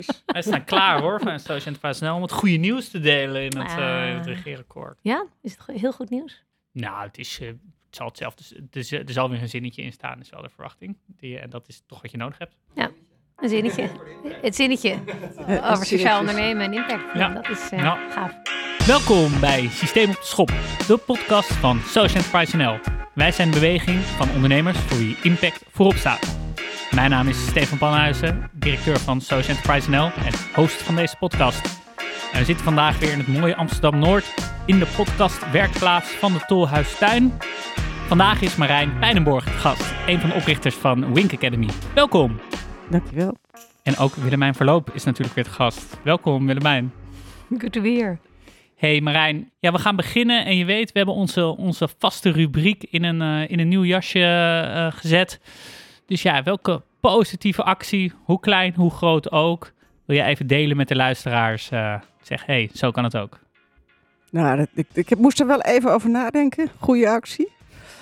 Wij staan klaar hoor, van Social Enterprise NL om het goede nieuws te delen in het regeerakkoord. Ja, is het heel goed nieuws? Nou, het zal hetzelfde. Er zal weer een zinnetje in staan, is wel de verwachting. En dat is toch wat je nodig hebt. Ja, een zinnetje. Het zinnetje over sociaal ondernemen en impact. Ja, dat is gaaf. Welkom bij Systeem op de Schop, de podcast van Social Enterprise NL. Wij zijn de beweging van ondernemers voor wie impact voorop staat. Mijn naam is Stefan Panhuizen, directeur van Social Enterprise NL en host van deze podcast. En we zitten vandaag weer in het mooie Amsterdam-Noord in de podcast-werkplaats van de Tolhuistuin. Vandaag is Marijn Pijnenborg de gast, een van de oprichters van Wink Academy. Welkom. Dankjewel. En ook Willemijn Verloop is natuurlijk weer de gast. Welkom Willemijn. Good to be here. Hey Marijn, ja, we gaan beginnen en je weet, we hebben onze vaste rubriek in een nieuw jasje gezet. Dus ja, welke positieve actie, hoe klein, hoe groot ook, wil je even delen met de luisteraars? Zeg, hey, zo kan het ook. Nou, ik moest er wel even over nadenken. Goeie actie.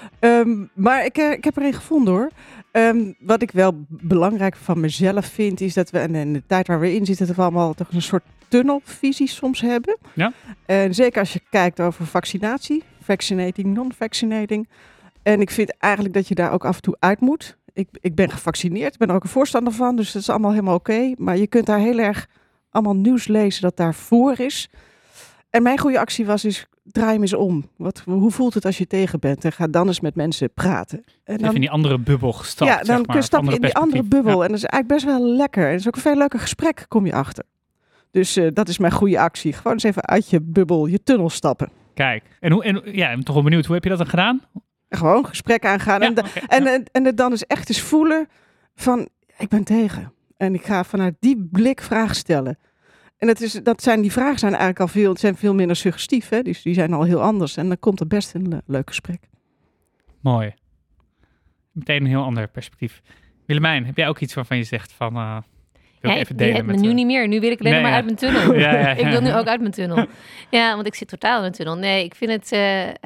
Maar ik heb er een gevonden hoor. Wat ik wel belangrijk van mezelf vind, is dat we in de tijd waar we in zitten, dat we allemaal toch een soort tunnelvisie soms hebben. Ja. En zeker als je kijkt over vaccinatie, vaccinating, non-vaccinating. En ik vind eigenlijk dat je daar ook af en toe uit moet. Ik ben gevaccineerd, ik ben er ook een voorstander van, dus dat is allemaal helemaal oké. Maar je kunt daar heel erg allemaal nieuws lezen dat daar voor is. En mijn goede actie is, draai hem eens om. Hoe voelt het als je tegen bent? En ga dan eens met mensen praten. En dan, even in die andere bubbel gestapt. Ja, dan kun je stappen in die andere bubbel. Ja. En dat is eigenlijk best wel lekker. En dat is ook een veel leuker gesprek, kom je achter. Dus dat is mijn goede actie. Gewoon eens even uit je bubbel, je tunnel stappen. Kijk, ik ben toch wel benieuwd, hoe heb je dat dan gedaan? Gewoon gesprek aangaan. Ja, en het dan echt eens voelen van, ik ben tegen. En ik ga vanuit die blik vragen stellen. En die vragen zijn eigenlijk al veel minder suggestief. Hè? Dus die zijn al heel anders. En dan komt er best een leuk gesprek. Mooi. Meteen een heel ander perspectief. Willemijn, heb jij ook iets waarvan je zegt van... wil ik even delen je hebt me nu niet meer. Nu wil ik alleen maar uit mijn tunnel. Ja. Ik wil nu ook uit mijn tunnel. Ja, want ik zit totaal in mijn tunnel. Nee, ik vind het...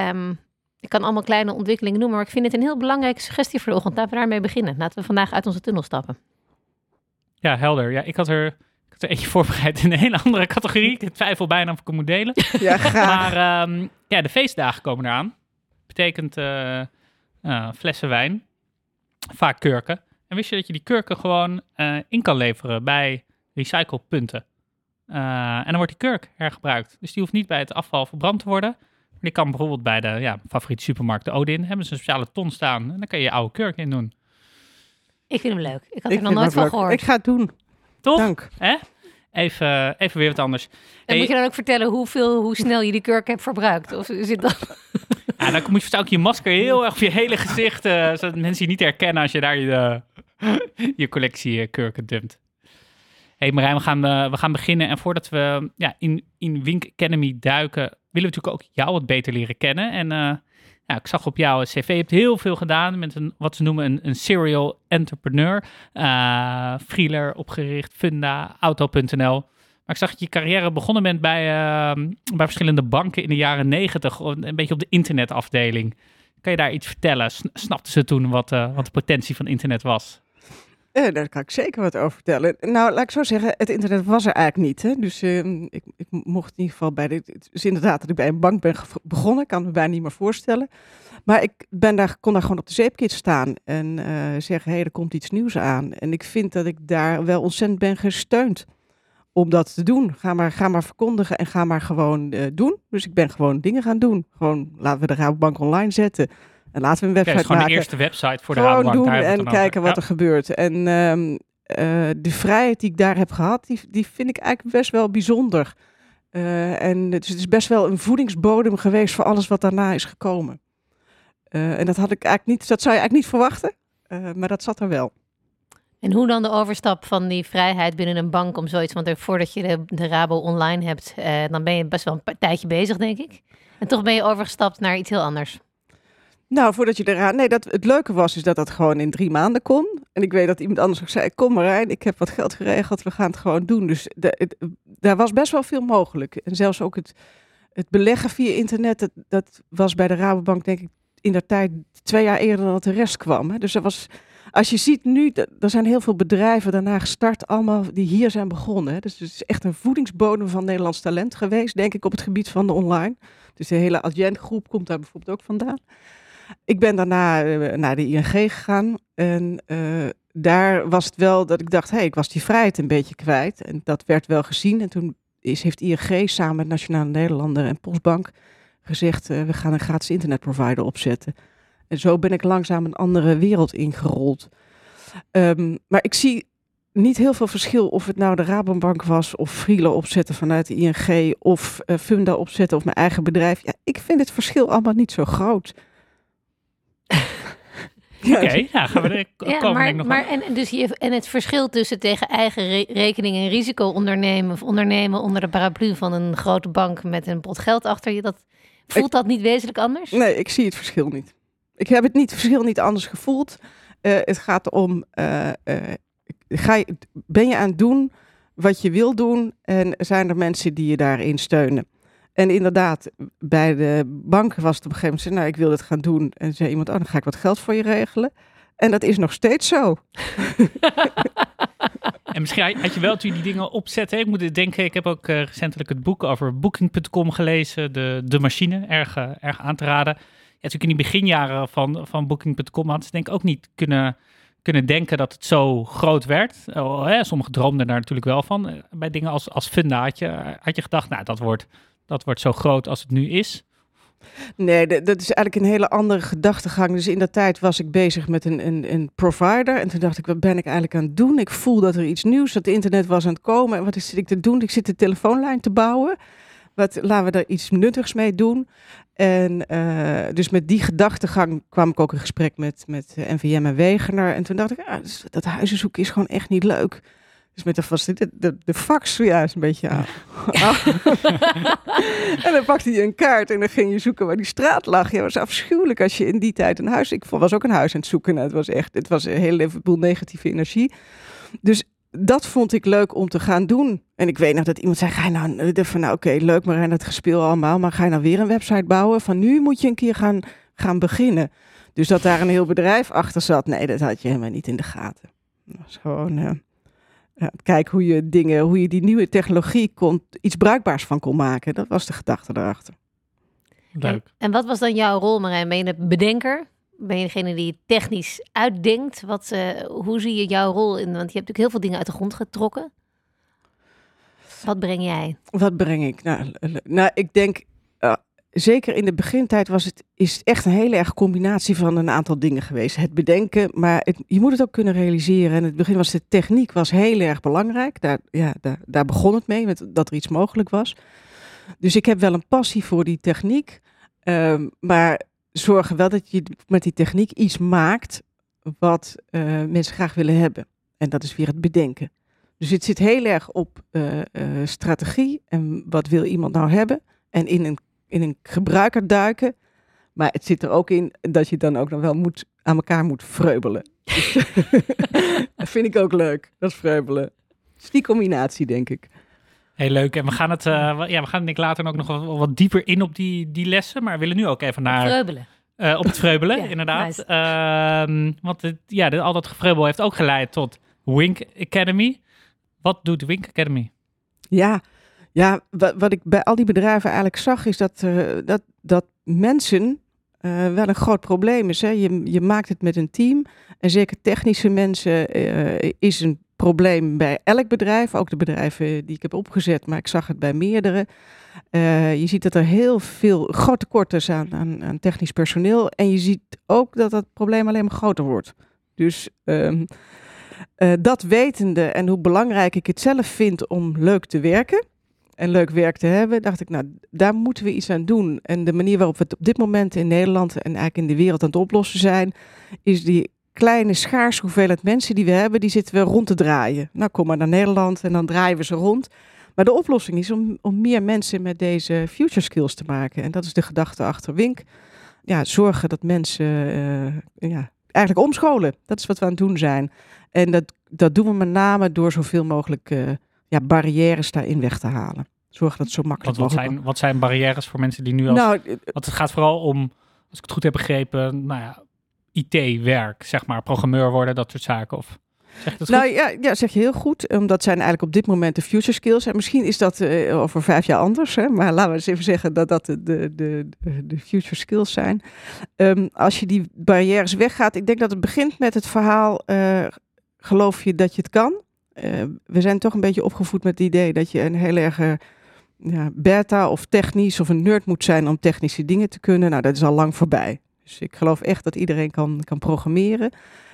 ik kan allemaal kleine ontwikkelingen noemen, maar ik vind het een heel belangrijke suggestie voor de ochtend. Laten we daarmee beginnen. Laten we vandaag uit onze tunnel stappen. Ja, helder. Ja, ik had er eentje voorbereid in een hele andere categorie. Ik twijfel bijna of ik hem moet delen. Ja, graag. Maar de feestdagen komen eraan. Betekent flessen wijn. Vaak kurken. En wist je dat je die kurken gewoon in kan leveren bij recyclepunten? En dan wordt die kurk hergebruikt. Dus die hoeft niet bij het afval verbrand te worden. Maar die kan bijvoorbeeld bij de favoriete supermarkt, de Odin, hebben ze een speciale ton staan. En dan kan je oude kurk in doen. Ik vind hem leuk. Ik had er nog nooit van gehoord. Ik ga het doen. Toch? Dank. Even weer wat anders. En moet je dan ook vertellen hoe snel je die kurk hebt verbruikt? Of zit dat... Ja, dan moet je ook je masker heel erg op je hele gezicht, zodat mensen je niet herkennen als je daar je collectie kurken dumpt. Hey Marijn, we gaan beginnen. En voordat we in Wink Academy duiken, willen we natuurlijk ook jou wat beter leren kennen. En ik zag op jouw cv, je hebt heel veel gedaan met wat ze noemen een serial entrepreneur. Freeler opgericht, Funda, Auto.nl. Maar ik zag dat je carrière begonnen bent bij verschillende banken in de jaren 90, een beetje op de internetafdeling. Kan je daar iets vertellen? Snapten ze toen wat de potentie van internet was? Daar kan ik zeker wat over vertellen. Nou, laat ik zo zeggen, het internet was er eigenlijk niet. Hè? Dus ik mocht in ieder geval dus inderdaad dat ik bij een bank ben begonnen. Ik kan me bijna niet meer voorstellen. Maar ik kon daar gewoon op de zeepkist staan en zeggen, er komt iets nieuws aan. En ik vind dat ik daar wel ontzettend ben gesteund om dat te doen. Ga maar verkondigen en ga maar gewoon doen. Dus ik ben gewoon dingen gaan doen. Gewoon, laten we de Rabobank online zetten. En laten we een website maken. Gewoon de eerste website voor de Rabobank. Rabobank. Gewoon doen en kijken wat er gebeurt. En de vrijheid die ik daar heb gehad, die vind ik eigenlijk best wel bijzonder. En dus het is best wel een voedingsbodem geweest voor alles wat daarna is gekomen. En dat zou je eigenlijk niet verwachten. Maar dat zat er wel. En hoe dan de overstap van die vrijheid binnen een bank om zoiets? Want voordat je de Rabo online hebt, dan ben je best wel een tijdje bezig, denk ik. En toch ben je overgestapt naar iets heel anders. Nou, voordat je het leuke was is dat dat gewoon in 3 maanden kon. En ik weet dat iemand anders ook zei, kom Marijn, ik heb wat geld geregeld, we gaan het gewoon doen. Dus daar was best wel veel mogelijk. En zelfs ook het beleggen via internet, dat was bij de Rabobank denk ik in der tijd 2 jaar eerder dan dat de rest kwam. Hè. Dus er was als je ziet nu, er zijn heel veel bedrijven daarna gestart, allemaal die hier zijn begonnen. Hè. Dus het is echt een voedingsbodem van Nederlands talent geweest, denk ik, op het gebied van de online. Dus de hele Adyen-groep komt daar bijvoorbeeld ook vandaan. Ik ben daarna naar de ING gegaan en daar was het wel dat ik dacht, ik was die vrijheid een beetje kwijt. En dat werd wel gezien. En toen heeft ING samen met Nationale Nederlanden en Postbank gezegd, we gaan een gratis internetprovider opzetten. En zo ben ik langzaam een andere wereld ingerold. Maar ik zie niet heel veel verschil of het nou de Rabobank was of Friele opzetten vanuit de ING of Funda opzetten of mijn eigen bedrijf. Ja, ik vind het verschil allemaal niet zo groot. Oké, gaan we er komen nog maar en het verschil tussen tegen eigen rekening en risico ondernemen of ondernemen onder de paraplu van een grote bank met een pot geld achter je, voelt dat niet wezenlijk anders? Nee, ik zie het verschil niet. Ik heb het verschil niet anders gevoeld. Het gaat om, ben je aan het doen wat je wil doen en zijn er mensen die je daarin steunen? En inderdaad, bij de bank was het op een gegeven moment, nou, ik wil dit gaan doen. En zei iemand, dan ga ik wat geld voor je regelen. En dat is nog steeds zo. En misschien had je wel toen je die dingen opzetten. Ik moet denken, ik heb ook recentelijk het boek over Booking.com gelezen. De machine, erg aan te raden. Ja, natuurlijk in die beginjaren van Booking.com hadden ze denk ik ook niet kunnen denken dat het zo groot werd. Sommigen droomden daar natuurlijk wel van. Bij dingen als Funda had je gedacht, nou, dat wordt zo groot als het nu is. Nee, dat is eigenlijk een hele andere gedachtegang. Dus in dat tijd was ik bezig met een provider. En toen dacht ik, wat ben ik eigenlijk aan het doen? Ik voel dat er iets nieuws, dat het internet was aan het komen. En wat zit ik te doen? Ik zit de telefoonlijn te bouwen. Laten we daar iets nuttigs mee doen. En dus met die gedachtegang kwam ik ook in gesprek met NVM en Wegener. En toen dacht ik, dat huizenzoeken is gewoon echt niet leuk. Dus met de fax, is een beetje aan. En dan pakte je een kaart en dan ging je zoeken waar die straat lag. Ja, het was afschuwelijk als je in die tijd een huis... Ik was ook een huis aan het zoeken. Nou, het was een hele boel negatieve energie. Dus dat vond ik leuk om te gaan doen. En ik weet nog dat iemand zei, ga je nou... Oké, leuk Marijn, het gespeel allemaal. Maar ga je nou weer een website bouwen? Van nu moet je een keer gaan beginnen. Dus dat daar een heel bedrijf achter zat. Nee, dat had je helemaal niet in de gaten. Dat was gewoon... kijk hoe je die nieuwe technologie iets bruikbaars van kon maken. Dat was de gedachte daarachter. Leuk. En wat was dan jouw rol, Marijn? Ben je de bedenker? Ben je degene die technisch uitdenkt? Hoe zie je jouw rol in? Want je hebt natuurlijk heel veel dingen uit de grond getrokken. Wat breng jij? Wat breng ik? Nou ik denk... Zeker in de begintijd is het echt een hele erg combinatie van een aantal dingen geweest. Het bedenken, maar je moet het ook kunnen realiseren. En in het begin was de techniek heel erg belangrijk. Daar begon het mee, met dat er iets mogelijk was. Dus ik heb wel een passie voor die techniek. Maar zorgen wel dat je met die techniek iets maakt wat mensen graag willen hebben. En dat is weer het bedenken. Dus het zit heel erg op strategie en wat wil iemand nou hebben. En in een gebruiker duiken. Maar het zit er ook in dat je dan ook nog wel aan elkaar moet vreubelen. Dus, dat vind ik ook leuk, dat vreubelen. Dus die combinatie, denk ik. Heel leuk. En we gaan het denk ik later ook nog wat dieper in op die lessen. Maar we willen nu ook even naar... Vreubelen. Op het vreubelen, Ja, inderdaad. Nice. Want al dat gevreubel heeft ook geleid tot Wink Academy. Wat doet de Wink Academy? Ja, wat ik bij al die bedrijven eigenlijk zag, is dat mensen wel een groot probleem is. Hè? Je maakt het met een team. En zeker technische mensen is een probleem bij elk bedrijf. Ook de bedrijven die ik heb opgezet, maar ik zag het bij meerdere. Je ziet dat er heel veel groot tekort is aan technisch personeel. En je ziet ook dat dat probleem alleen maar groter wordt. Dus... dat wetende en hoe belangrijk ik het zelf vind om leuk te werken en leuk werk te hebben, dacht ik, nou, daar moeten we iets aan doen. En de manier waarop we het op dit moment in Nederland en eigenlijk in de wereld aan het oplossen zijn, is die kleine schaarse hoeveelheid mensen die we hebben, die zitten we rond te draaien. Nou, kom maar naar Nederland en dan draaien we ze rond. Maar de oplossing is om meer mensen met deze future skills te maken. En dat is de gedachte achter Wink. Ja, zorgen dat mensen eigenlijk omscholen. Dat is wat we aan het doen zijn. En dat doen we met name door zoveel mogelijk barrières daarin weg te halen. Zorg dat het zo makkelijk mogelijk wat zijn barrières voor mensen die nu want het gaat vooral om, als ik het goed heb begrepen, IT-werk, zeg maar, programmeur worden, dat soort zaken? Of zeg je dat Nou goed? ja, zeg je heel goed. Dat zijn eigenlijk op dit moment de future skills. En misschien is dat over 5 jaar anders. Hè? Maar laten we eens even zeggen dat dat de future skills zijn. Als je die barrières weggaat. Ik denk dat het begint met het verhaal. Geloof je dat je het kan? We zijn toch een beetje opgevoed met het idee dat je een heel erg beta of technisch of een nerd moet zijn om technische dingen te kunnen. Nou, dat is al lang voorbij. Dus ik geloof echt dat iedereen kan programmeren.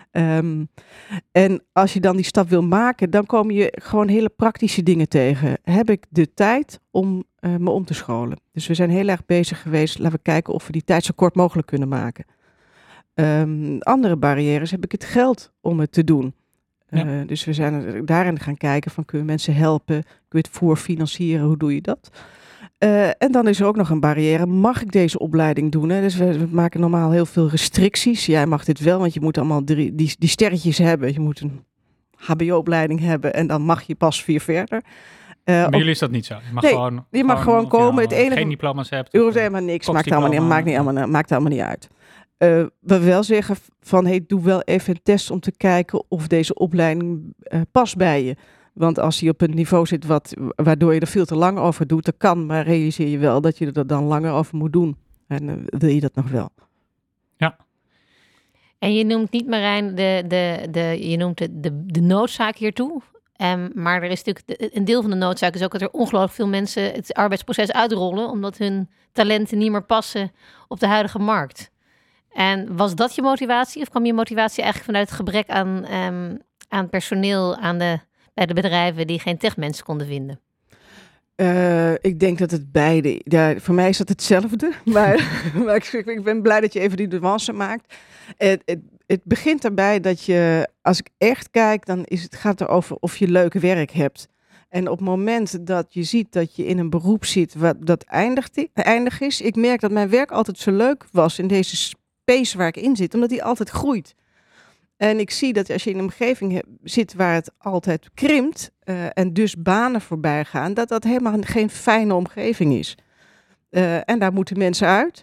En als je dan die stap wil maken, dan kom je gewoon hele praktische dingen tegen. Heb ik de tijd om me om te scholen? Dus we zijn heel erg bezig geweest. Laten we kijken of we die tijd zo kort mogelijk kunnen maken. Andere barrières, heb ik het geld om het te doen? Ja. Dus we zijn daarin gaan kijken van, kun je mensen helpen? Kun je het voorfinancieren? Hoe doe je dat? En dan is er ook nog een barrière. Mag ik deze opleiding doen? Hè? Dus we maken normaal heel veel restricties. Jij mag dit wel, want je moet allemaal die sterretjes hebben. Je moet een HBO-opleiding hebben en dan mag je pas 4 verder. Bij jullie is dat niet zo. Je mag gewoon komen. Het enige, geen diploma's hebt. je hoeft helemaal niks. Maakt allemaal niet uit. We wel zeggen van, hey, doe wel even een test om te kijken of deze opleiding past bij je. Want als je op een niveau zit waardoor je er veel te lang over doet, dat kan, maar realiseer je wel dat je er dan langer over moet doen. En wil je dat nog wel? Ja. En je noemt niet, Marijn, je noemt de noodzaak hiertoe. Maar er is natuurlijk een deel van de noodzaak is ook dat er ongelooflijk veel mensen het arbeidsproces uitrollen, omdat hun talenten niet meer passen op de huidige markt. En was dat je motivatie? Of kwam je motivatie eigenlijk vanuit het gebrek aan personeel bij de bedrijven die geen techmensen konden vinden? Ik denk dat het beide. Ja, voor mij is dat hetzelfde. Maar ik ben blij dat je even die nuance maakt. Het begint erbij dat je, als ik echt kijk, dan gaat het erover of je leuk werk hebt. En op het moment dat je ziet dat je in een beroep zit dat eindig is. Ik merk dat mijn werk altijd zo leuk was in deze space waar ik in zit, omdat die altijd groeit. En ik zie dat als je in een omgeving zit waar het altijd krimpt en dus banen voorbij gaan, dat helemaal geen fijne omgeving is. En daar moeten mensen uit.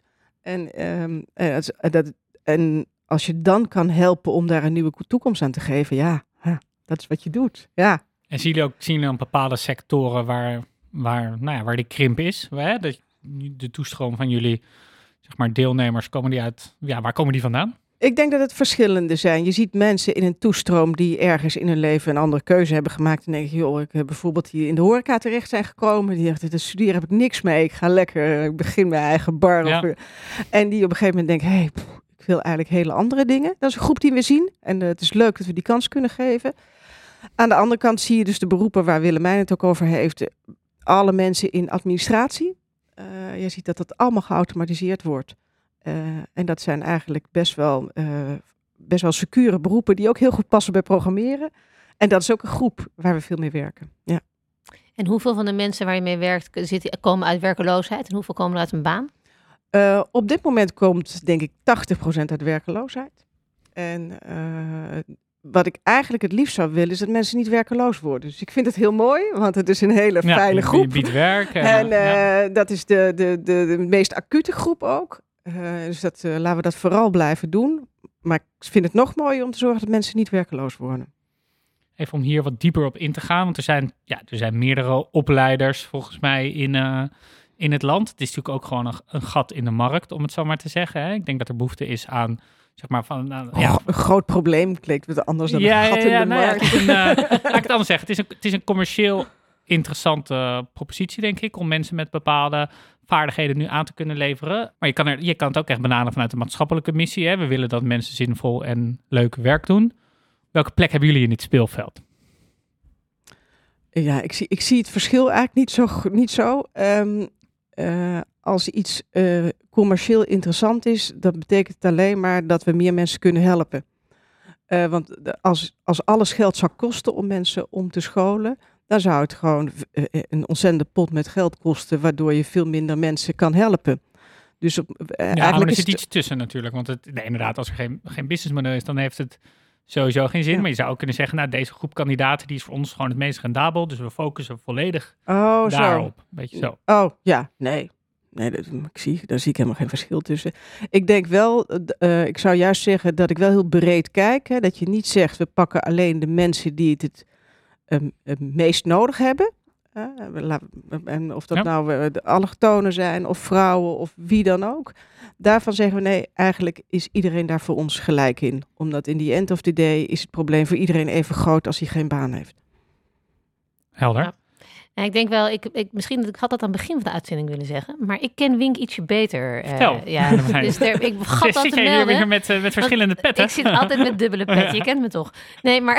En als je dan kan helpen om daar een nieuwe toekomst aan te geven, dat is wat je doet. Ja. En zien jullie dan bepaalde sectoren waar die krimp is? Hè? De toestroom van jullie, zeg maar, deelnemers, waar komen die vandaan? Ik denk dat het verschillende zijn. Je ziet mensen in een toestroom die ergens in hun leven een andere keuze hebben gemaakt. En denk je, joh, ik heb bijvoorbeeld die in de horeca terecht zijn gekomen. Die dachten, studeren heb ik niks mee. Ik ga lekker, ik begin mijn eigen bar. Ja. En die op een gegeven moment denken, ik wil eigenlijk hele andere dingen. Dat is een groep die we zien. En het is leuk dat we die kans kunnen geven. Aan de andere kant zie je dus de beroepen waar Willemijn het ook over heeft. Alle mensen in administratie. Je ziet dat dat allemaal geautomatiseerd wordt. En dat zijn eigenlijk best wel secure beroepen die ook heel goed passen bij programmeren. En dat is ook een groep waar we veel mee werken. Ja. En hoeveel van de mensen waar je mee werkt komen uit werkeloosheid en hoeveel komen er uit een baan? Op dit moment komt denk ik 80% uit werkeloosheid. En wat ik eigenlijk het liefst zou willen is dat mensen niet werkeloos worden. Dus ik vind het heel mooi, want het is een hele fijne groep. Je biedt werk. Dat is de meest acute groep ook. Dus laten we dat vooral blijven doen. Maar ik vind het nog mooier om te zorgen dat mensen niet werkeloos worden. Even om hier wat dieper op in te gaan. Want er zijn meerdere opleiders volgens mij in het land. Het is natuurlijk ook gewoon een gat in de markt, om het zo maar te zeggen. Hè? Ik denk dat er behoefte is aan, zeg maar, een groot probleem klinkt het anders dan een gat in de markt. Laat ik het anders zeggen. Het is een commercieel interessante propositie, denk ik, om mensen met bepaalde vaardigheden nu aan te kunnen leveren. Maar je kan het ook echt benaderen vanuit de maatschappelijke missie. Hè? We willen dat mensen zinvol en leuk werk doen. Welke plek hebben jullie in dit speelveld? Ja, ik zie het verschil eigenlijk niet zo. Als iets commercieel interessant is, dat betekent alleen maar dat we meer mensen kunnen helpen. Want als alles geld zou kosten om mensen om te scholen, dan zou het gewoon een ontzettende pot met geld kosten, waardoor je veel minder mensen kan helpen. Dus maar er zit iets tussen natuurlijk. Want inderdaad, als er geen businessmodel is, dan heeft het sowieso geen zin. Ja. Maar je zou ook kunnen zeggen, deze groep kandidaten, die is voor ons gewoon het meest rendabel. Dus we focussen volledig daarop. Beetje zo. Oh, ja, nee. Nee, daar zie ik helemaal geen verschil tussen. Ik denk wel, ik zou juist zeggen dat ik wel heel breed kijk. Hè, dat je niet zegt, we pakken alleen de mensen die het meest nodig hebben. En of dat nou de allochtonen zijn of vrouwen of wie dan ook. Daarvan zeggen we nee, eigenlijk is iedereen daar voor ons gelijk in. Omdat in the end of the day is het probleem voor iedereen even groot als hij geen baan heeft. Helder. Ja. En ik denk wel, ik had dat aan het begin van de uitzending willen zeggen, maar ik ken Wink ietsje beter. Vertel. Dus ik gat dat Zit te jij melden. hier weer met verschillende petten? Ik zit altijd met dubbele pet, je kent me toch? Nee, maar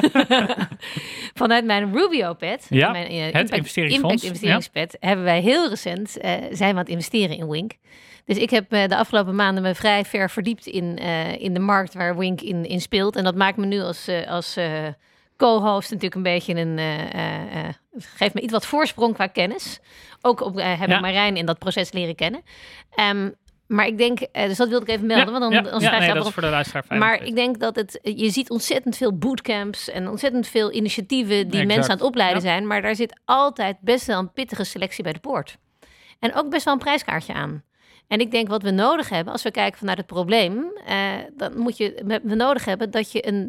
vanuit mijn Rubio-pet, mijn het investeringsfonds, investeringspet, hebben wij heel recent, zijn we aan het investeren in Wink. Dus ik heb de afgelopen maanden me vrij ver verdiept in de markt waar Wink in speelt. En dat maakt me nu als co-host natuurlijk een beetje geeft me iets wat voorsprong qua kennis. Ook heb ik Marijn in dat proces leren kennen. Maar ik denk, dus dat wilde ik even melden. Want dan dat is voor de luisteraar fijn. Maar ik denk dat je ziet ontzettend veel bootcamps en ontzettend veel initiatieven die mensen aan het opleiden zijn. Maar daar zit altijd best wel een pittige selectie bij de poort. En ook best wel een prijskaartje aan. En ik denk wat we nodig hebben, als we kijken vanuit het probleem, dan we nodig hebben dat je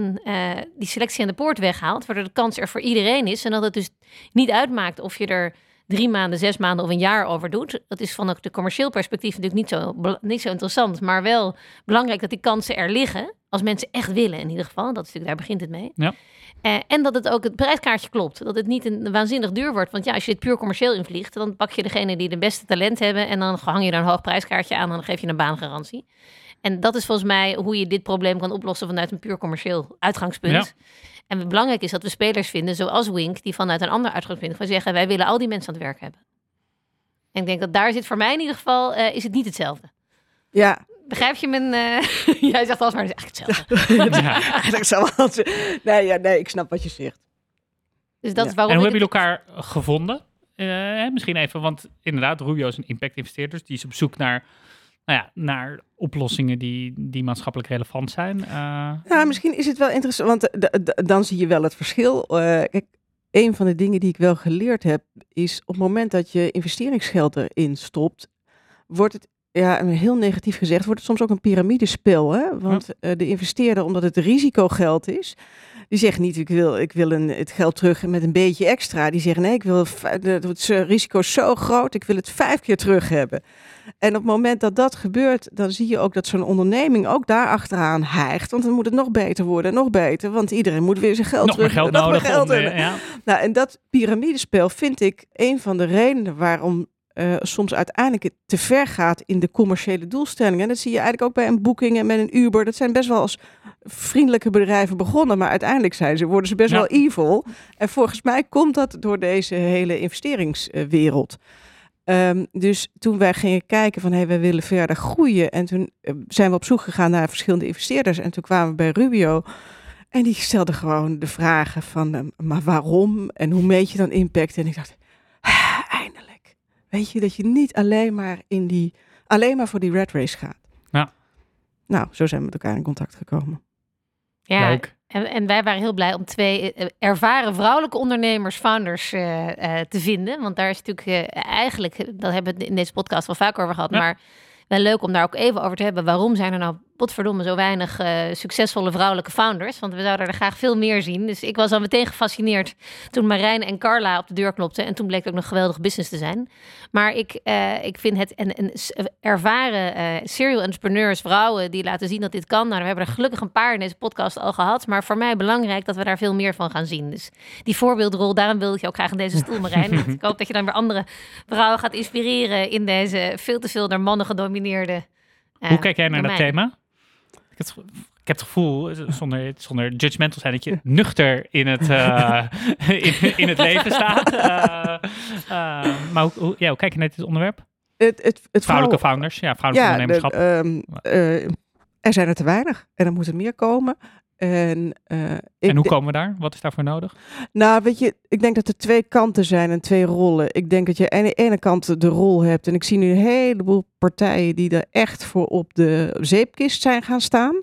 die selectie aan de poort weghaalt, waardoor de kans er voor iedereen is. En dat het dus niet uitmaakt of je er 3 maanden, 6 maanden of een jaar over doet. Dat is van de commercieel perspectief natuurlijk niet zo interessant, maar wel belangrijk dat die kansen er liggen, als mensen echt willen in ieder geval. Dat is natuurlijk, daar begint het mee. Ja. En dat het ook het prijskaartje klopt. Dat het niet een waanzinnig duur wordt. Want als je dit puur commercieel invliegt, dan pak je degene die de beste talent hebben en dan hang je daar een hoog prijskaartje aan en dan geef je een baangarantie. En dat is volgens mij hoe je dit probleem kan oplossen vanuit een puur commercieel uitgangspunt. Ja. En belangrijk is dat we spelers vinden, zoals Wink, die vanuit een ander uitgangspunt van zeggen, wij willen al die mensen aan het werk hebben. En ik denk dat daar zit voor mij in ieder geval, is het niet hetzelfde. Ja. Begrijp je mijn... Jij zegt alsmaar, het is eigenlijk hetzelfde. Eigenlijk zo wel. Nee, ik snap wat je zegt. Dus dat is waarom en hoe hebben jullie elkaar gevonden? Misschien even, want inderdaad, Rubio is een impact-investeerder. Die is op zoek naar oplossingen die maatschappelijk relevant zijn. Misschien is het wel interessant, want dan zie je wel het verschil. Kijk, een van de dingen die ik wel geleerd heb, is op het moment dat je investeringsgeld erin stopt, wordt het, heel negatief gezegd, wordt het soms ook een piramidespel. Hè? Want de investeerder, omdat het risicogeld is, die zegt niet, ik wil het geld terug met een beetje extra. Die zeggen, nee, het risico is zo groot, ik wil het 5 keer terug hebben. En op het moment dat dat gebeurt, dan zie je ook dat zo'n onderneming ook daar achteraan hijgt. Want dan moet het nog beter worden, nog beter. Want iedereen moet weer zijn geld nog terug. Nog meer geld nodig. Ja. Nou, en dat piramidespel vind ik een van de redenen waarom soms uiteindelijk het te ver gaat in de commerciële doelstellingen. En dat zie je eigenlijk ook bij een Booking en met een Uber. Dat zijn best wel als vriendelijke bedrijven begonnen, maar uiteindelijk worden ze best wel evil. En volgens mij komt dat door deze hele investeringswereld. Dus toen wij gingen kijken van, wij willen verder groeien. En toen zijn we op zoek gegaan naar verschillende investeerders. En toen kwamen we bij Rubio. En die stelden gewoon de vragen van, maar waarom? En hoe meet je dan impact? En ik dacht, eindelijk. Weet je, dat je niet alleen maar voor die rat race gaat. Ja. Nou, zo zijn we met elkaar in contact gekomen. Ja, leuk. En wij waren heel blij om 2 ervaren vrouwelijke ondernemers, founders te vinden. Want daar is natuurlijk eigenlijk, dat hebben we in deze podcast wel vaak over gehad, maar wel leuk om daar ook even over te hebben. Waarom zijn er nou potverdomme zo weinig succesvolle vrouwelijke founders? Want we zouden er graag veel meer zien. Dus ik was al meteen gefascineerd toen Marijn en Carla op de deur klopten. En toen bleek het ook nog geweldig business te zijn. Maar ik vind het een ervaren serial entrepreneurs, vrouwen die laten zien dat dit kan. Nou, we hebben er gelukkig een paar in deze podcast al gehad. Maar voor mij belangrijk dat we daar veel meer van gaan zien. Dus die voorbeeldrol, daarom wilde ik je ook graag in deze stoel, Marijn. Ik hoop dat je dan weer andere vrouwen gaat inspireren in deze veel te veel door mannen gedomineerde Hoe kijk jij naar dat thema? Ik heb het gevoel, zonder judgmental zijn, dat je nuchter in het, in het leven staat. Maar hoe kijk je naar dit onderwerp? Vrouwelijke founders, vrouwelijke ondernemerschap. Er zijn er te weinig en er moet er meer komen. En hoe komen we daar? Wat is daarvoor nodig? Nou, weet je, ik denk dat er 2 kanten zijn en 2 rollen. Ik denk dat je aan de ene kant de rol hebt. En ik zie nu een heleboel partijen die er echt voor op de zeepkist zijn gaan staan.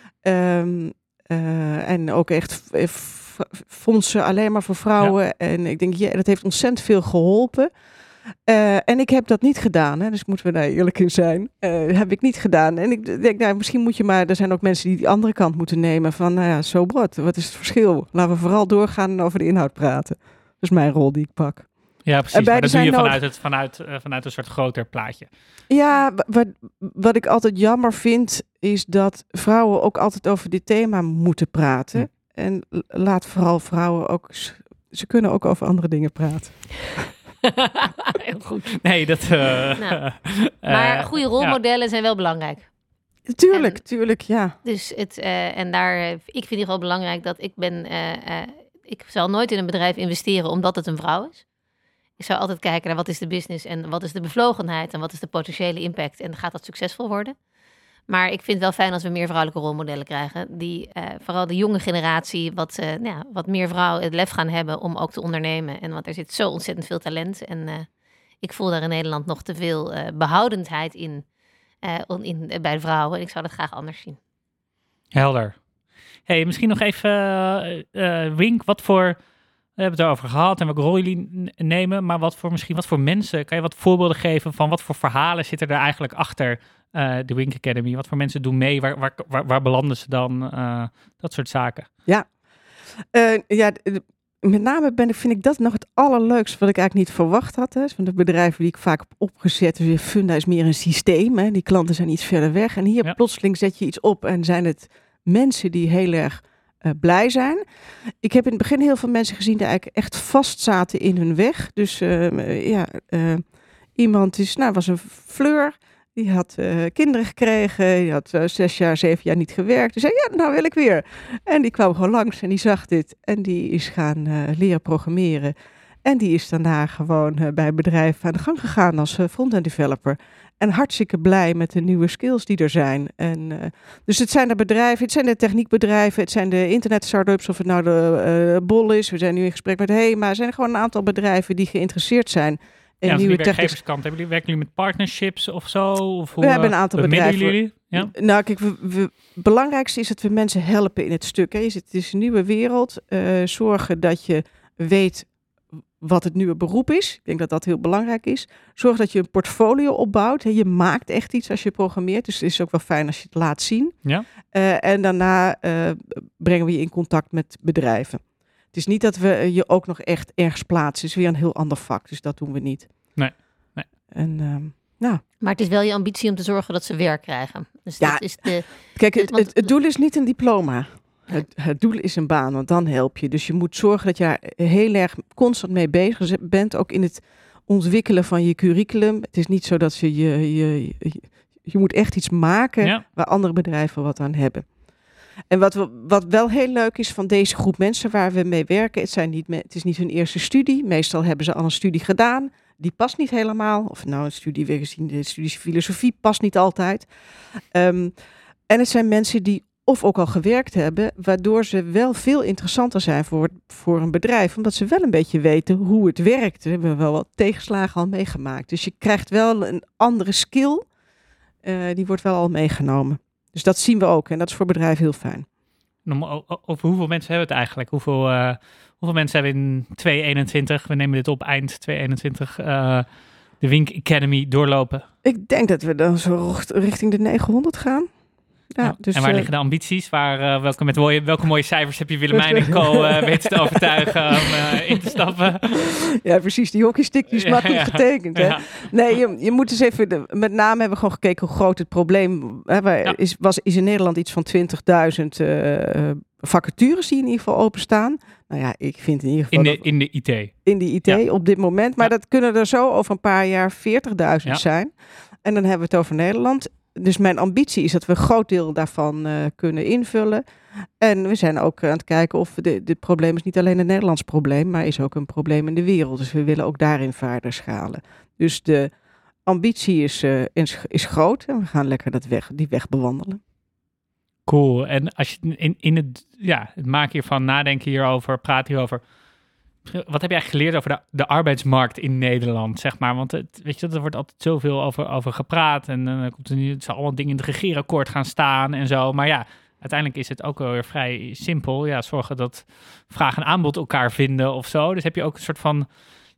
En ook echt fondsen alleen maar voor vrouwen. Ja. En ik denk, dat heeft ontzettend veel geholpen. En ik heb dat niet gedaan, hè, dus moeten we daar eerlijk in zijn. Heb ik niet gedaan. En ik denk, nou, misschien moet je maar... Er zijn ook mensen die andere kant moeten nemen van... Nou ja, so what? Wat is het verschil? Laten we vooral doorgaan en over de inhoud praten. Dat is mijn rol die ik pak. Ja, precies. Maar dat doe je vanuit een soort groter plaatje. Ja, wat ik altijd jammer vind... is dat vrouwen ook altijd over dit thema moeten praten. En laat vooral vrouwen ook... Ze kunnen ook over andere dingen praten. Heel goed. Nee, dat... Maar goede rolmodellen zijn wel belangrijk. Tuurlijk, ja. Dus en daar, ik vind in ieder geval belangrijk dat ik zal nooit in een bedrijf investeren omdat het een vrouw is. Ik zou altijd kijken naar wat is de business en wat is de bevlogenheid en wat is de potentiële impact en gaat dat succesvol worden. Maar ik vind het wel fijn als we meer vrouwelijke rolmodellen krijgen. Die vooral de jonge generatie wat meer vrouwen het lef gaan hebben om ook te ondernemen. En want er zit zo ontzettend veel talent. En ik voel daar in Nederland nog te veel behoudendheid in bij de vrouwen. En ik zou dat graag anders zien. Helder. Hey, misschien nog even, Wink, wat voor... We hebben het erover gehad en welke rol jullie nemen. Maar wat voor mensen... Kan je wat voorbeelden geven van wat voor verhalen zitten er eigenlijk achter de Wink Academy? Wat voor mensen doen mee? Waar belanden ze dan? Dat soort zaken. Ja, met name vind ik dat nog het allerleukste wat ik eigenlijk niet verwacht had. Hè. Van de bedrijven die ik vaak heb opgezet. Dus Funda is meer een systeem. Hè. Die klanten zijn iets verder weg. En hier plotseling zet je iets op en zijn het mensen die heel erg blij zijn. Ik heb in het begin heel veel mensen gezien die eigenlijk echt vast zaten in hun weg. Dus iemand was een fleur. Die had kinderen gekregen. Die had 6 jaar, 7 jaar niet gewerkt. Die zei, ja, nou wil ik weer. En die kwam gewoon langs en die zag dit. En die is gaan leren programmeren. En die is daarna gewoon bij het bedrijf aan de gang gegaan als front-end developer. En hartstikke blij met de nieuwe skills die er zijn. En, dus het zijn de bedrijven, het zijn de techniekbedrijven, het zijn de internet-startups, of het nou de Bol is. We zijn nu in gesprek met HEMA. Er zijn gewoon een aantal bedrijven die geïnteresseerd zijn. En nieuwe werkgeverskant, werken jullie met partnerships of zo? Of we hebben een aantal bedrijven. Jullie? Ja? Nou, kijk, het belangrijkste is dat we mensen helpen in het stuk. Hè. Het is een nieuwe wereld. Zorgen dat je weet wat het nieuwe beroep is. Ik denk dat dat heel belangrijk is. Zorg dat je een portfolio opbouwt. Hè. Je maakt echt iets als je programmeert. Dus het is ook wel fijn als je het laat zien. Ja. En daarna brengen we je in contact met bedrijven. Het is niet dat we je ook nog echt ergens plaatsen. Het is weer een heel ander vak. Dus dat doen we niet. Nee. En, Maar het is wel je ambitie om te zorgen dat ze werk krijgen. Dus ja, dat is kijk, het doel is niet een diploma. Het doel is een baan, want dan help je. Dus je moet zorgen dat je daar heel erg constant mee bezig bent. Ook in het ontwikkelen van je curriculum. Het is niet zo dat je moet echt iets maken waar andere bedrijven wat aan hebben. En wat wel heel leuk is van deze groep mensen waar we mee werken. Het is niet hun eerste studie. Meestal hebben ze al een studie gedaan. Die past niet helemaal. Of nou, een studie weer gezien, de studie filosofie past niet altijd. En het zijn mensen die of ook al gewerkt hebben, waardoor ze wel veel interessanter zijn voor een bedrijf. Omdat ze wel een beetje weten hoe het werkt. We hebben wel wat tegenslagen al meegemaakt. Dus je krijgt wel een andere skill. Die wordt wel al meegenomen. Dus dat zien we ook. En dat is voor bedrijven heel fijn. Over hoeveel mensen hebben we het eigenlijk? Hoeveel mensen hebben in 2021, we nemen dit op eind 2021, de Wink Academy doorlopen? Ik denk dat we dan zo richting de 900 gaan. Ja, dus, en waar liggen de ambities? Welke mooie cijfers heb je Willemijn en Co. weten te overtuigen om in te stappen? Ja, precies. Die hockeystick die is makkelijk getekend. Hè? Ja. Nee, je moet eens even... Met name hebben we gewoon gekeken hoe groot het probleem is in Nederland iets van 20.000 vacatures die in ieder geval openstaan. Nou ja, ik vind in ieder geval... In de IT. In de IT op dit moment. Maar dat kunnen er zo over een paar jaar 40.000 zijn. En dan hebben we het over Nederland. Dus mijn ambitie is dat we een groot deel daarvan kunnen invullen. En we zijn ook aan het kijken of dit probleem is niet alleen een Nederlands probleem, maar is ook een probleem in de wereld. Dus we willen ook daarin verder schalen. Dus de ambitie is groot en we gaan lekker die weg bewandelen. Cool. En als je in het maken hiervan, nadenken hierover, praten hierover. Wat heb je eigenlijk geleerd over de arbeidsmarkt in Nederland, zeg maar? Want er wordt altijd zoveel over gepraat. En dan komt er nu allemaal dingen in het regeerakkoord gaan staan en zo. Maar ja, uiteindelijk is het ook wel weer vrij simpel. Ja, zorgen dat vraag en aanbod elkaar vinden of zo. Dus heb je ook een soort van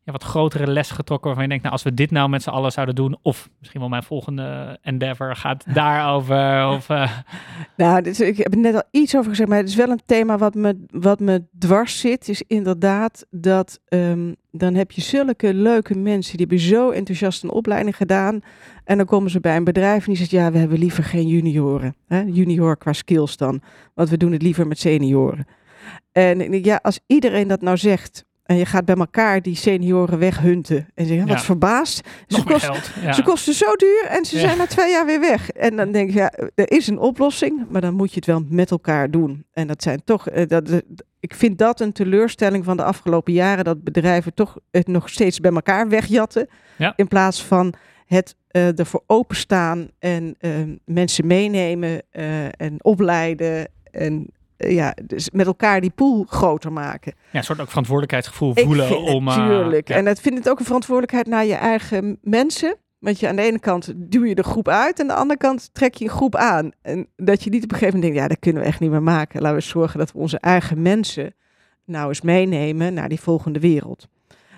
wat grotere les getrokken waarvan je denkt, nou, als we dit nou met z'n allen zouden doen, of misschien wel mijn volgende endeavor gaat daarover, of... Nou, ik heb er net al iets over gezegd, maar het is wel een thema wat me dwars zit, is inderdaad dat dan heb je zulke leuke mensen, die hebben zo enthousiast een opleiding gedaan en dan komen ze bij een bedrijf en die zegt, ja, we hebben liever geen junioren. Hè? Junior qua skills dan, want we doen het liever met senioren. En ik denk, ja, als iedereen dat nou zegt en je gaat bij elkaar die senioren weghunten en zeggen, wat verbaasd. Ze kosten zo duur en ze zijn na 2 jaar weer weg. En dan denk je, ja, er is een oplossing, maar dan moet je het wel met elkaar doen. En dat zijn toch, ik vind dat een teleurstelling van de afgelopen jaren, dat bedrijven toch het nog steeds bij elkaar wegjatten. Ja. In plaats van het ervoor openstaan en mensen meenemen en opleiden en dus met elkaar die pool groter maken. Ja, een soort ook verantwoordelijkheidsgevoel voelen. Natuurlijk. En ik vind het ook een verantwoordelijkheid naar je eigen mensen. Want je aan de ene kant duw je de groep uit en aan de andere kant trek je een groep aan. En dat je niet op een gegeven moment denkt, ja, dat kunnen we echt niet meer maken. Laten we zorgen dat we onze eigen mensen nou eens meenemen naar die volgende wereld.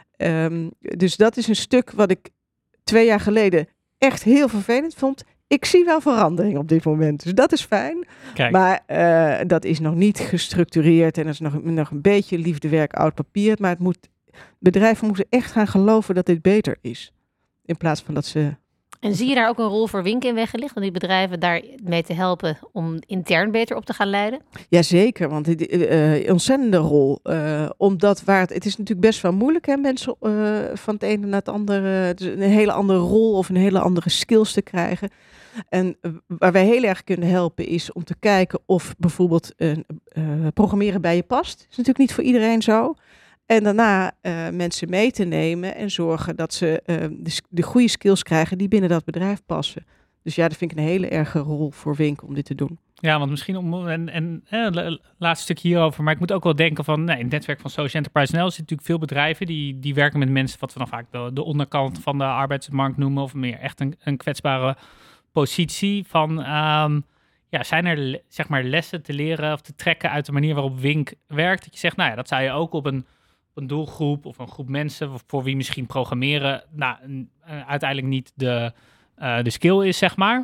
Dus dat is een stuk wat ik 2 jaar geleden echt heel vervelend vond. Ik zie wel verandering op dit moment, dus dat is fijn. Kijk. Maar dat is nog niet gestructureerd en dat is nog een beetje liefdewerk, oud papier. Maar bedrijven moeten echt gaan geloven dat dit beter is. In plaats van dat ze... En zie je daar ook een rol voor Wink in weggelegd? Om die bedrijven daarmee te helpen om intern beter op te gaan leiden? Jazeker, want een ontzettende rol. Omdat het is natuurlijk best wel moeilijk, hè, mensen van het ene naar het andere... een hele andere rol of een hele andere skills te krijgen. En waar wij heel erg kunnen helpen is om te kijken of bijvoorbeeld programmeren bij je past. Dat is natuurlijk niet voor iedereen zo. En daarna mensen mee te nemen en zorgen dat ze de goede skills krijgen die binnen dat bedrijf passen. Dus ja, dat vind ik een hele erge rol voor Wink om dit te doen. Ja, want misschien laatste stukje hierover, maar ik moet ook wel denken van, in het netwerk van Social Enterprise NL zitten natuurlijk veel bedrijven die werken met mensen, wat we dan vaak de onderkant van de arbeidsmarkt noemen, of meer echt een kwetsbare positie van, zijn er zeg maar lessen te leren of te trekken uit de manier waarop Wink werkt? Dat je zegt, dat zou je ook op een doelgroep of een groep mensen voor wie misschien programmeren uiteindelijk niet de skill is, zeg maar.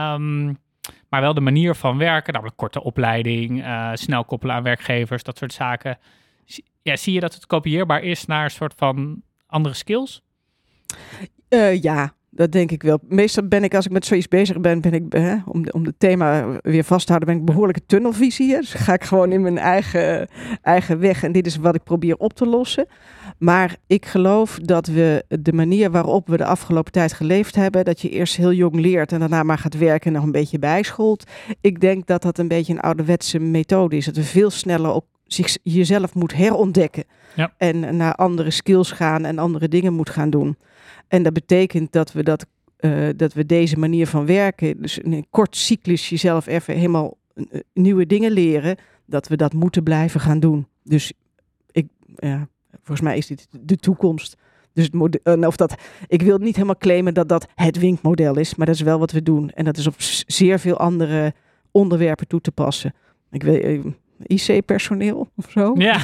Maar wel de manier van werken, namelijk korte opleiding, snel koppelen aan werkgevers, dat soort zaken. Zie je dat het kopieerbaar is naar een soort van andere skills? Ja. Dat denk ik wel. Meestal ben ik, als ik met zoiets bezig ben, om het thema weer vast te houden, ben ik behoorlijke tunnelvisie. Dus ga ik gewoon in mijn eigen weg en dit is wat ik probeer op te lossen. Maar ik geloof dat we de manier waarop we de afgelopen tijd geleefd hebben, dat je eerst heel jong leert en daarna maar gaat werken en nog een beetje bijscholt. Ik denk dat dat een beetje een ouderwetse methode is. Dat we veel sneller ook jezelf moet herontdekken. Ja. En naar andere skills gaan en andere dingen moet gaan doen. En dat betekent dat we deze manier van werken, dus in een kort cyclus jezelf even helemaal nieuwe dingen leren, dat we dat moeten blijven gaan doen. Dus volgens mij is dit de toekomst. Dus ik wil niet helemaal claimen dat het Wink-model is, maar dat is wel wat we doen. En dat is op zeer veel andere onderwerpen toe te passen. Ik weet, IC-personeel of zo? Ja,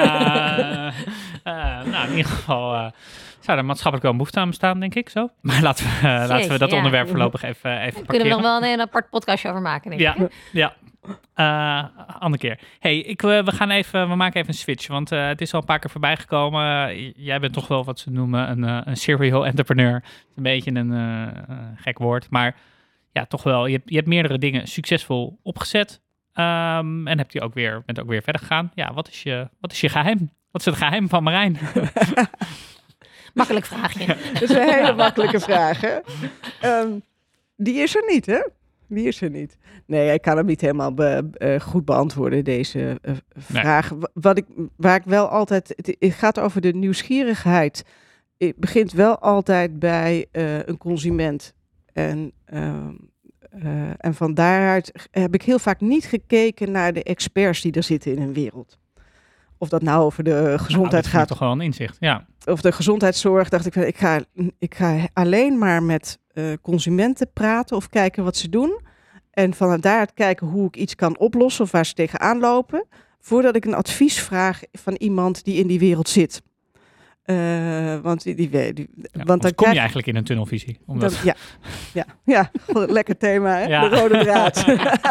in ieder geval... zou er maatschappelijk wel een behoefte aan bestaan, denk ik zo. Maar laten we dat onderwerp voorlopig even parkeren. Kunnen we nog wel een apart podcastje over maken, denk ik. Ja. Andere keer. Hey, we maken even een switch, want het is al een paar keer voorbij gekomen. Jij bent toch wel wat ze noemen een serial entrepreneur. Een beetje een gek woord, maar ja, toch wel. Je hebt meerdere dingen succesvol opgezet en bent ook weer verder gegaan. Ja, wat is je geheim? Wat is het geheim van Marijn? Makkelijk vraagje. Dat is een hele makkelijke vraag, hè? Die is er niet, hè? Die is er niet. Nee, ik kan hem niet helemaal goed beantwoorden, deze vraag. Nee. Waar ik wel altijd... Het gaat over de nieuwsgierigheid. Het begint wel altijd bij een consument. En van daaruit heb ik heel vaak niet gekeken naar de experts die er zitten in een wereld. Of dat nou over de gezondheid gaat. Toch wel een inzicht, ja. Of de gezondheidszorg, dacht ik ga alleen maar met consumenten praten of kijken wat ze doen. En vanuit daaruit kijken hoe ik iets kan oplossen of waar ze tegenaan lopen. Voordat ik een advies vraag van iemand die in die wereld zit. Want Want dan kom je eigenlijk in een tunnelvisie. Omdat... Lekker thema, hè? Ja. De rode draad.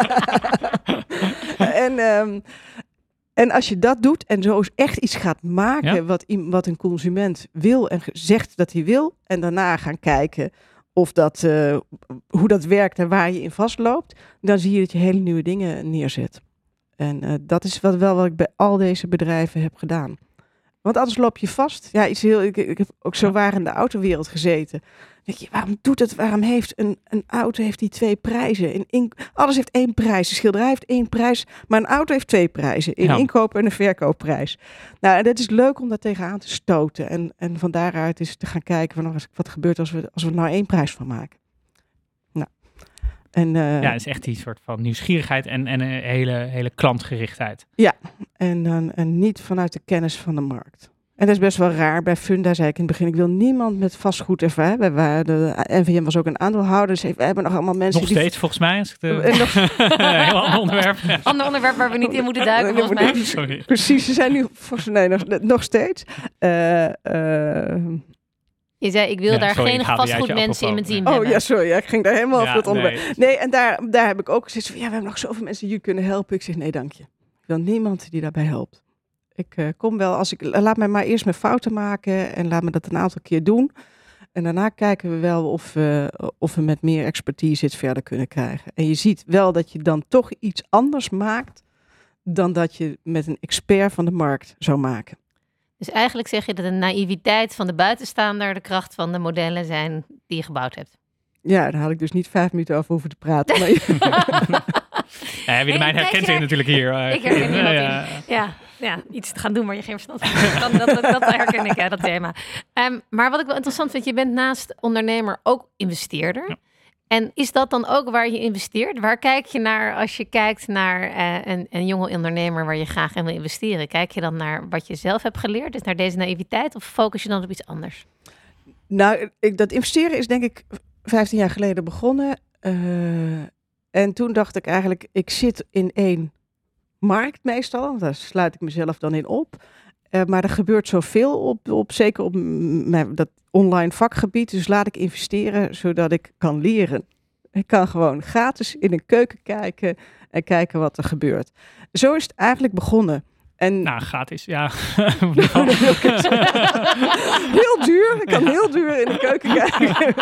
En als je dat doet en zo eens echt iets gaat maken wat een consument wil en zegt dat hij wil, en daarna gaan kijken of hoe dat werkt en waar je in vastloopt, dan zie je dat je hele nieuwe dingen neerzet. En dat is wat ik bij al deze bedrijven heb gedaan. Want anders loop je vast. Ja, ik heb ook zo waar in de autowereld gezeten. Denk je, waarom doet het? Waarom heeft een auto die 2 prijzen? Alles heeft 1 prijs. Een schilderij heeft 1 prijs, maar een auto heeft 2 prijzen. Een inkoop- en een verkoopprijs. Nou, en het is leuk om daar tegenaan te stoten. En van daaruit is te gaan kijken van wat gebeurt als we er nou 1 prijs van maken. Nou, het is echt die soort van nieuwsgierigheid en een hele klantgerichtheid. Ja, en niet vanuit de kennis van de markt. En dat is best wel raar. Bij Funda zei ik in het begin, ik wil niemand met vastgoed ervaren. De NVM was ook een aandeelhouder. Dus we hebben nog allemaal mensen nog steeds, volgens mij. Is het een heel ander onderwerp. Ander onderwerp waar we niet in moeten duiken, volgens mij. Sorry. Precies, ze zijn nu nog steeds. Je zei, ik wil daar geen vastgoedmensen in mijn team hebben. Oh ja, sorry. Ik ging daar helemaal over het onderwerp. Nee, en daar heb ik ook gezegd van, we hebben nog zoveel mensen die jullie kunnen helpen. Ik zeg, nee, dank je. Ik wil niemand die daarbij helpt. Ik kom wel, laat mij maar eerst mijn fouten maken en laat me dat een aantal keer doen. En daarna kijken we wel of we met meer expertise het verder kunnen krijgen. En je ziet wel dat je dan toch iets anders maakt dan dat je met een expert van de markt zou maken. Dus eigenlijk zeg je dat de naïviteit van de buitenstaander de kracht van de modellen zijn die je gebouwd hebt. Ja, daar had ik dus niet 5 minuten over hoeven te praten. Maar Willemijn herkent zich natuurlijk hier. Ik herken niemand in. Ja, iets te gaan doen waar je geen verstand van hebt. Dat herken ik, dat thema. Maar wat ik wel interessant vind, je bent naast ondernemer ook investeerder. Ja. En is dat dan ook waar je investeert? Waar kijk je naar als je kijkt naar een jonge ondernemer waar je graag in wil investeren? Kijk je dan naar wat je zelf hebt geleerd, dus naar deze naïviteit, of focus je dan op iets anders? Nou, dat investeren is denk ik 15 jaar geleden begonnen. En toen dacht ik eigenlijk, ik zit in 1 markt meestal. Daar sluit ik mezelf dan in op. Maar er gebeurt zoveel zeker op dat online vakgebied. Dus laat ik investeren zodat ik kan leren. Ik kan gewoon gratis in een keuken kijken en kijken wat er gebeurt. Zo is het eigenlijk begonnen. Nou, gratis, ja. Heel duur. Ik kan heel duur in de keuken kijken.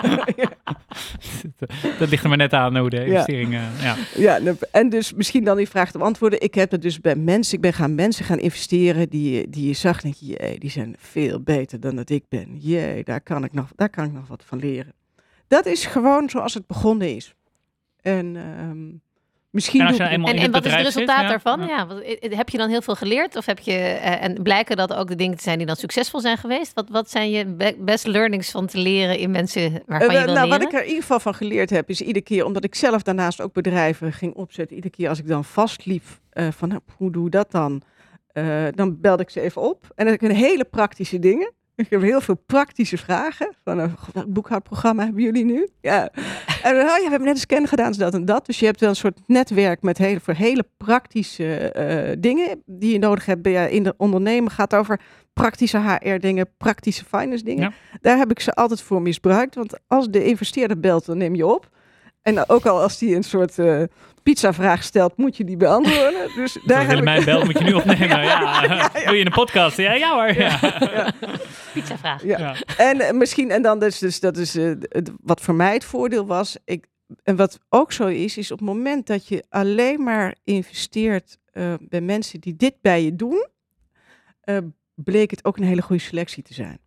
Dat ligt er maar net aan hoe de investering... Ja, en dus misschien dan die vraag te beantwoorden. Ik heb het dus bij mensen... Ik ben mensen gaan investeren die je zag. Denk je, die zijn veel beter dan dat ik ben. Daar kan ik nog wat van leren. Dat is gewoon zoals het begonnen is. En... Misschien en wat is het resultaat daarvan? Ja, heb je dan heel veel geleerd? Of en blijken dat ook de dingen te zijn die dan succesvol zijn geweest? Wat zijn je best learnings van te leren in mensen waarvan je wil leren? Wat ik er in ieder geval van geleerd heb, is iedere keer, omdat ik zelf daarnaast ook bedrijven ging opzetten, iedere keer als ik dan vastliep van hoe doe je dat dan belde ik ze even op. En dan heb ik hele praktische dingen. Ik heb heel veel praktische vragen. Van een boekhoudprogramma hebben jullie nu? Ja. En we hebben net een scan gedaan, dat en dat. Dus je hebt wel een soort netwerk met voor hele praktische dingen die je nodig hebt in de ondernemen. Gaat over praktische HR-dingen, praktische finance dingen. Ja. Daar heb ik ze altijd voor misbruikt. Want als de investeerder belt, dan neem je op. En ook al als die een soort pizza-vraag stelt, moet je die beantwoorden. Dus daar heb Willemijn belt, moet je nu opnemen. Ja. Doe je een podcast? Ja hoor. Ja. Pizza-vraag. Ja. En misschien, en dan dus dat is wat voor mij het voordeel was. En wat ook zo is op het moment dat je alleen maar investeert bij mensen die dit bij je doen, bleek het ook een hele goede selectie te zijn.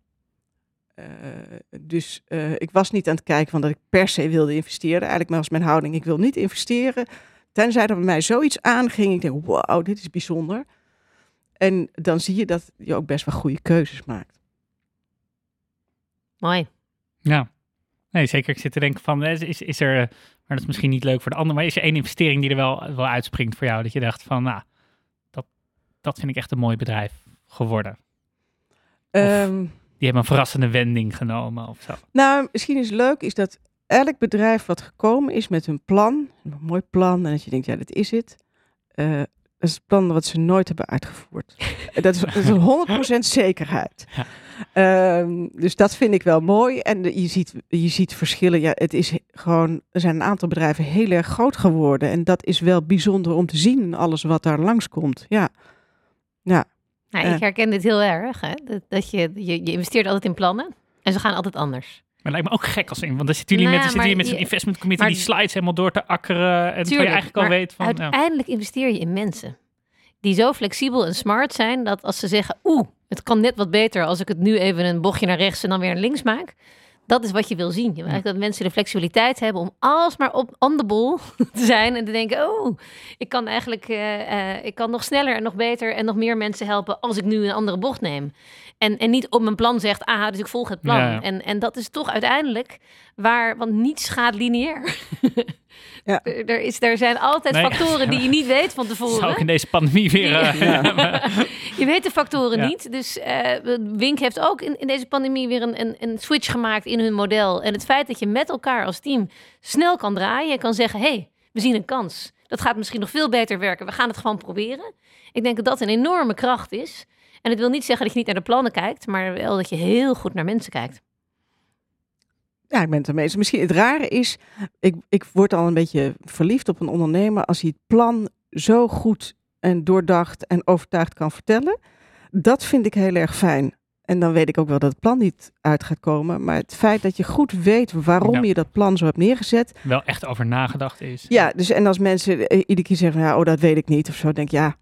Dus ik was niet aan het kijken van dat ik per se wilde investeren. Eigenlijk was mijn houding, ik wil niet investeren. Tenzij er bij mij zoiets aanging. Ik denk, wow, dit is bijzonder. En dan zie je dat je ook best wel goede keuzes maakt. Mooi. Ja. Nee, zeker. Ik zit te denken van, is er, maar dat is misschien niet leuk voor de ander, maar is er één investering die er wel uitspringt voor jou? Dat je dacht van, nou, dat vind ik echt een mooi bedrijf geworden. Die hebben een verrassende wending genomen of zo. Nou, misschien is het leuk, is dat elk bedrijf wat gekomen is met een plan, een mooi plan, en dat je denkt, ja, dat is het. Dat is het plan wat ze nooit hebben uitgevoerd. Dat is 100% zekerheid. Ja. Dus dat vind ik wel mooi. En je ziet verschillen. Ja, het is gewoon, er zijn een aantal bedrijven heel erg groot geworden. En dat is wel bijzonder om te zien, alles wat daar langskomt. Ja. Nou, ik herken dit heel erg. Hè? Dat je investeert altijd in plannen en ze gaan altijd anders. Maar het lijkt me ook gek als in, want dan zitten jullie met zo'n investment committee die slides helemaal door te akkeren. En terwijl je eigenlijk al weet van... Uiteindelijk investeer je in mensen die zo flexibel en smart zijn dat als ze zeggen, het kan net wat beter als ik het nu even een bochtje naar rechts en dan weer naar links maak. Dat is wat je wil zien. Je wil eigenlijk dat mensen de flexibiliteit hebben om alsmaar on the ball te zijn en te denken, ik kan eigenlijk ik kan nog sneller en nog beter en nog meer mensen helpen als ik nu een andere bocht neem. En niet op mijn plan zegt, dus ik volg het plan. Ja. En dat is toch uiteindelijk waar, want niets gaat lineair. Ja. Er zijn altijd factoren die je niet weet van tevoren. Zou ook in deze pandemie weer... Je weet de factoren niet. Dus Wink heeft ook in deze pandemie weer een switch gemaakt in hun model. En het feit dat je met elkaar als team snel kan draaien en kan zeggen, we zien een kans. Dat gaat misschien nog veel beter werken. We gaan het gewoon proberen. Ik denk dat dat een enorme kracht is. En het wil niet zeggen dat je niet naar de plannen kijkt, maar wel dat je heel goed naar mensen kijkt. Ja, ik ben het ermee eens. Misschien het rare is, ik word al een beetje verliefd op een ondernemer als hij het plan zo goed en doordacht en overtuigd kan vertellen. Dat vind ik heel erg fijn. En dan weet ik ook wel dat het plan niet uit gaat komen. Maar het feit dat je goed weet waarom je dat plan zo hebt neergezet. Wel echt over nagedacht is. Ja, dus en als mensen iedere keer zeggen, dat weet ik niet of zo, denk ik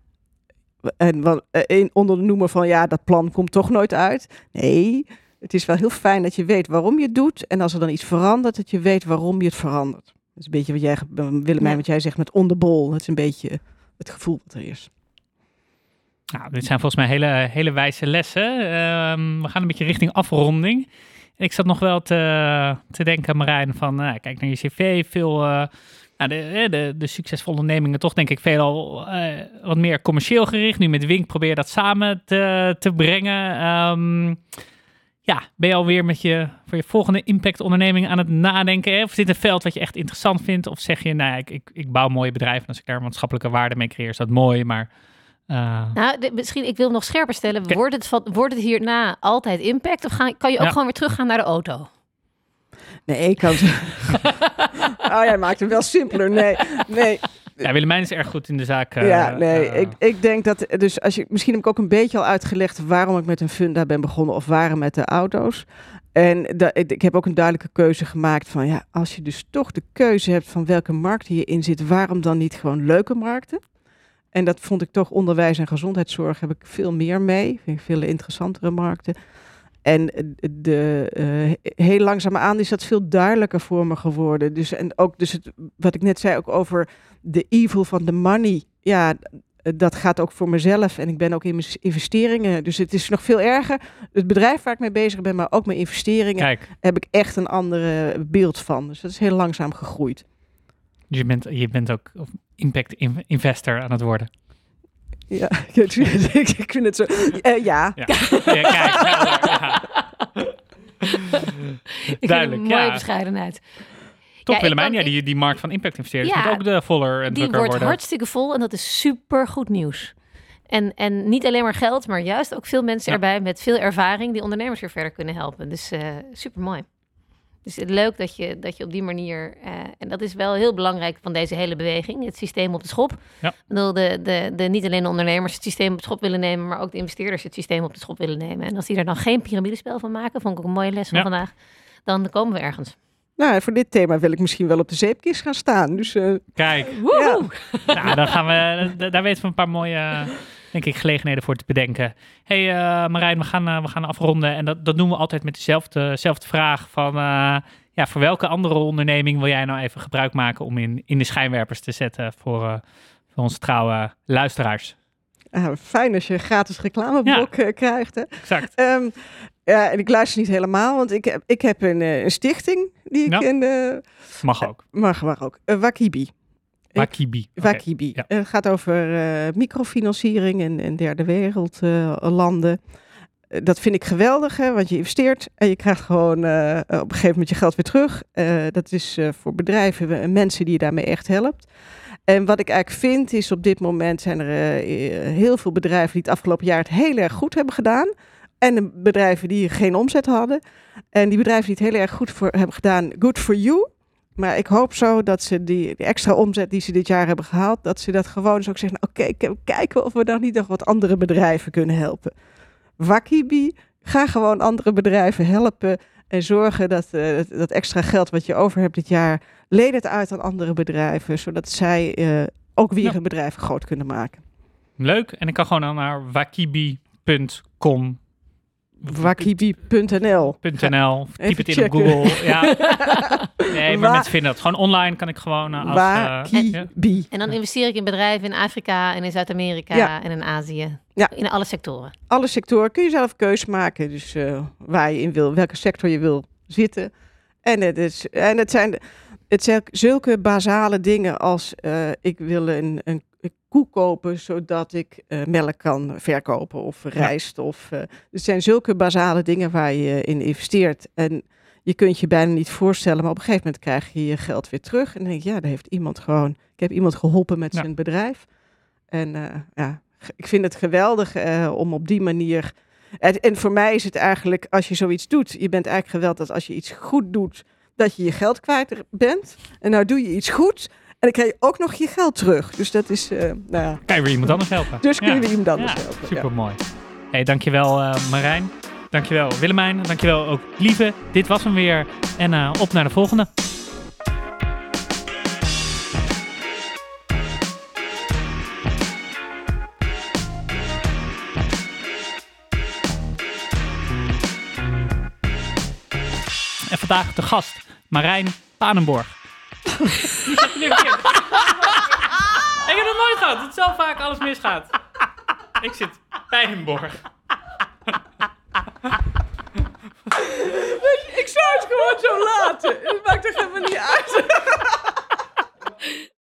en onder de noemer van dat plan komt toch nooit uit. Nee, het is wel heel fijn dat je weet waarom je het doet. En als er dan iets verandert, dat je weet waarom je het verandert. Dat is een beetje wat jij, Willemijn, wat jij zegt met on the ball. Dat is een beetje het gevoel wat er is. Nou, dit zijn volgens mij hele wijze lessen. We gaan een beetje richting afronding. En ik zat nog wel te denken, Marijn, van kijk naar je cv. Veel de succesvolle ondernemingen toch denk ik veelal wat meer commercieel gericht. Nu met Wink probeer je dat samen te brengen. Ben je alweer voor je volgende impactonderneming aan het nadenken? Hè? Of is dit een veld wat je echt interessant vindt? Of zeg je, ik bouw mooie bedrijven. Als ik daar maatschappelijke waarde mee creëer, is dat mooi. Maar misschien, ik wil nog scherper stellen. Okay. Wordt het hierna altijd impact? Of kan je ook gewoon weer teruggaan naar de auto? Nee, ik kan... jij maakt het wel simpeler. Nee. Ja, Willemijn is erg goed in de zaak. Ik denk dat... Dus misschien heb ik ook een beetje al uitgelegd waarom ik met een funda ben begonnen of waarom met de auto's. En ik heb ook een duidelijke keuze gemaakt van als je dus toch de keuze hebt van welke markten je in zit, waarom dan niet gewoon leuke markten? En dat vond ik toch onderwijs en gezondheidszorg heb ik veel meer mee. Vind ik veel interessantere markten. En heel langzaamaan is dat veel duidelijker voor me geworden. Dus wat ik net zei ook over de evil van de money. Ja, dat gaat ook voor mezelf. En ik ben ook in mijn investeringen. Dus het is nog veel erger. Het bedrijf waar ik mee bezig ben, maar ook mijn investeringen, heb ik echt een andere beeld van. Dus dat is heel langzaam gegroeid. Dus je bent ook impact investor aan het worden. Ja, ik vind het zo. Ja. Kijk, duidelijk. Mooie bescheidenheid. Toch, Willemijn, die markt van impact investeerders moet ook de voller en drukker worden. Die wordt hartstikke vol en dat is super goed nieuws. En niet alleen maar geld, maar juist ook veel mensen erbij met veel ervaring die ondernemers weer verder kunnen helpen. Dus super mooi. Dus het is leuk dat je op die manier... en dat is wel heel belangrijk van deze hele beweging. Het systeem op de schop. Ja. Ik bedoel, niet alleen de ondernemers het systeem op de schop willen nemen, maar ook de investeerders het systeem op de schop willen nemen. En als die er dan geen piramidespel van maken, vond ik ook een mooie les van vandaag, dan komen we ergens. Nou, voor dit thema wil ik misschien wel op de zeepkist gaan staan. Dus, Kijk. Dan gaan daar weten we een paar mooie... denk ik, gelegenheden voor te bedenken. Hey Marijn, we gaan afronden. En dat doen we altijd met dezelfde vraag van... voor welke andere onderneming wil jij nou even gebruik maken om in de schijnwerpers te zetten voor onze trouwe luisteraars? Fijn als je gratis reclameblok krijgt. Hè? Exact. En ik luister niet helemaal, want ik heb een stichting die ik in de... Mag ook. Mag ook. Wakibi. Wakibi. Wakibi. Ja. Het gaat over microfinanciering in derde wereldlanden. Dat vind ik geweldig, hè, want je investeert en je krijgt gewoon op een gegeven moment je geld weer terug. Dat is voor bedrijven en mensen die je daarmee echt helpt. En wat ik eigenlijk vind is op dit moment zijn er heel veel bedrijven die het afgelopen jaar het heel erg goed hebben gedaan. En de bedrijven die geen omzet hadden. En die bedrijven die het heel erg goed voor hebben gedaan, good for you. Maar ik hoop zo dat ze die extra omzet die ze dit jaar hebben gehaald, dat ze dat gewoon eens ook zeggen, oké, kijken of we dan niet nog wat andere bedrijven kunnen helpen. Wakibi, ga gewoon andere bedrijven helpen en zorgen dat extra geld wat je over hebt dit jaar, leen het uit aan andere bedrijven, zodat zij ook weer hun bedrijf groot kunnen maken. Leuk. En ik kan gewoon naar wakibi.com. Wakibi.nl. Typ het in op Google. Ja. Nee, maar mensen vinden dat. Gewoon online kan ik gewoon als... Wakibi. En dan investeer ik in bedrijven in Afrika en in Zuid-Amerika en in Azië. Ja. In alle sectoren. Alle sectoren kun je zelf keuze maken. Dus waar je in wil, welke sector je wil zitten. En het zijn zulke basale dingen als ik wil een koe kopen zodat ik melk kan verkopen of rijst. Het zijn zulke basale dingen waar je in investeert. En je kunt je bijna niet voorstellen, maar op een gegeven moment krijg je je geld weer terug. En dan denk je, daar heeft iemand gewoon... Ik heb iemand geholpen met zijn bedrijf. En ik vind het geweldig om op die manier... En voor mij is het eigenlijk, als je zoiets doet, je bent eigenlijk geweldig dat als je iets goed doet, dat je je geld kwijt bent. En nou doe je iets goed en dan krijg je ook nog je geld terug. Dus dat is, kan je weer iemand anders helpen. Dus kun je weer iemand anders helpen. Supermooi. Hey, dankjewel Marijn. Dankjewel Willemijn. Dankjewel ook Lieve. Dit was hem weer. En op naar de volgende. En vandaag de gast, Marijn Panenborg. Ik heb het nooit gehad. Het is zo vaak alles misgaat. Ik zit Pijnenborg. Ik zou het gewoon zo laten. Het maakt toch helemaal niet uit.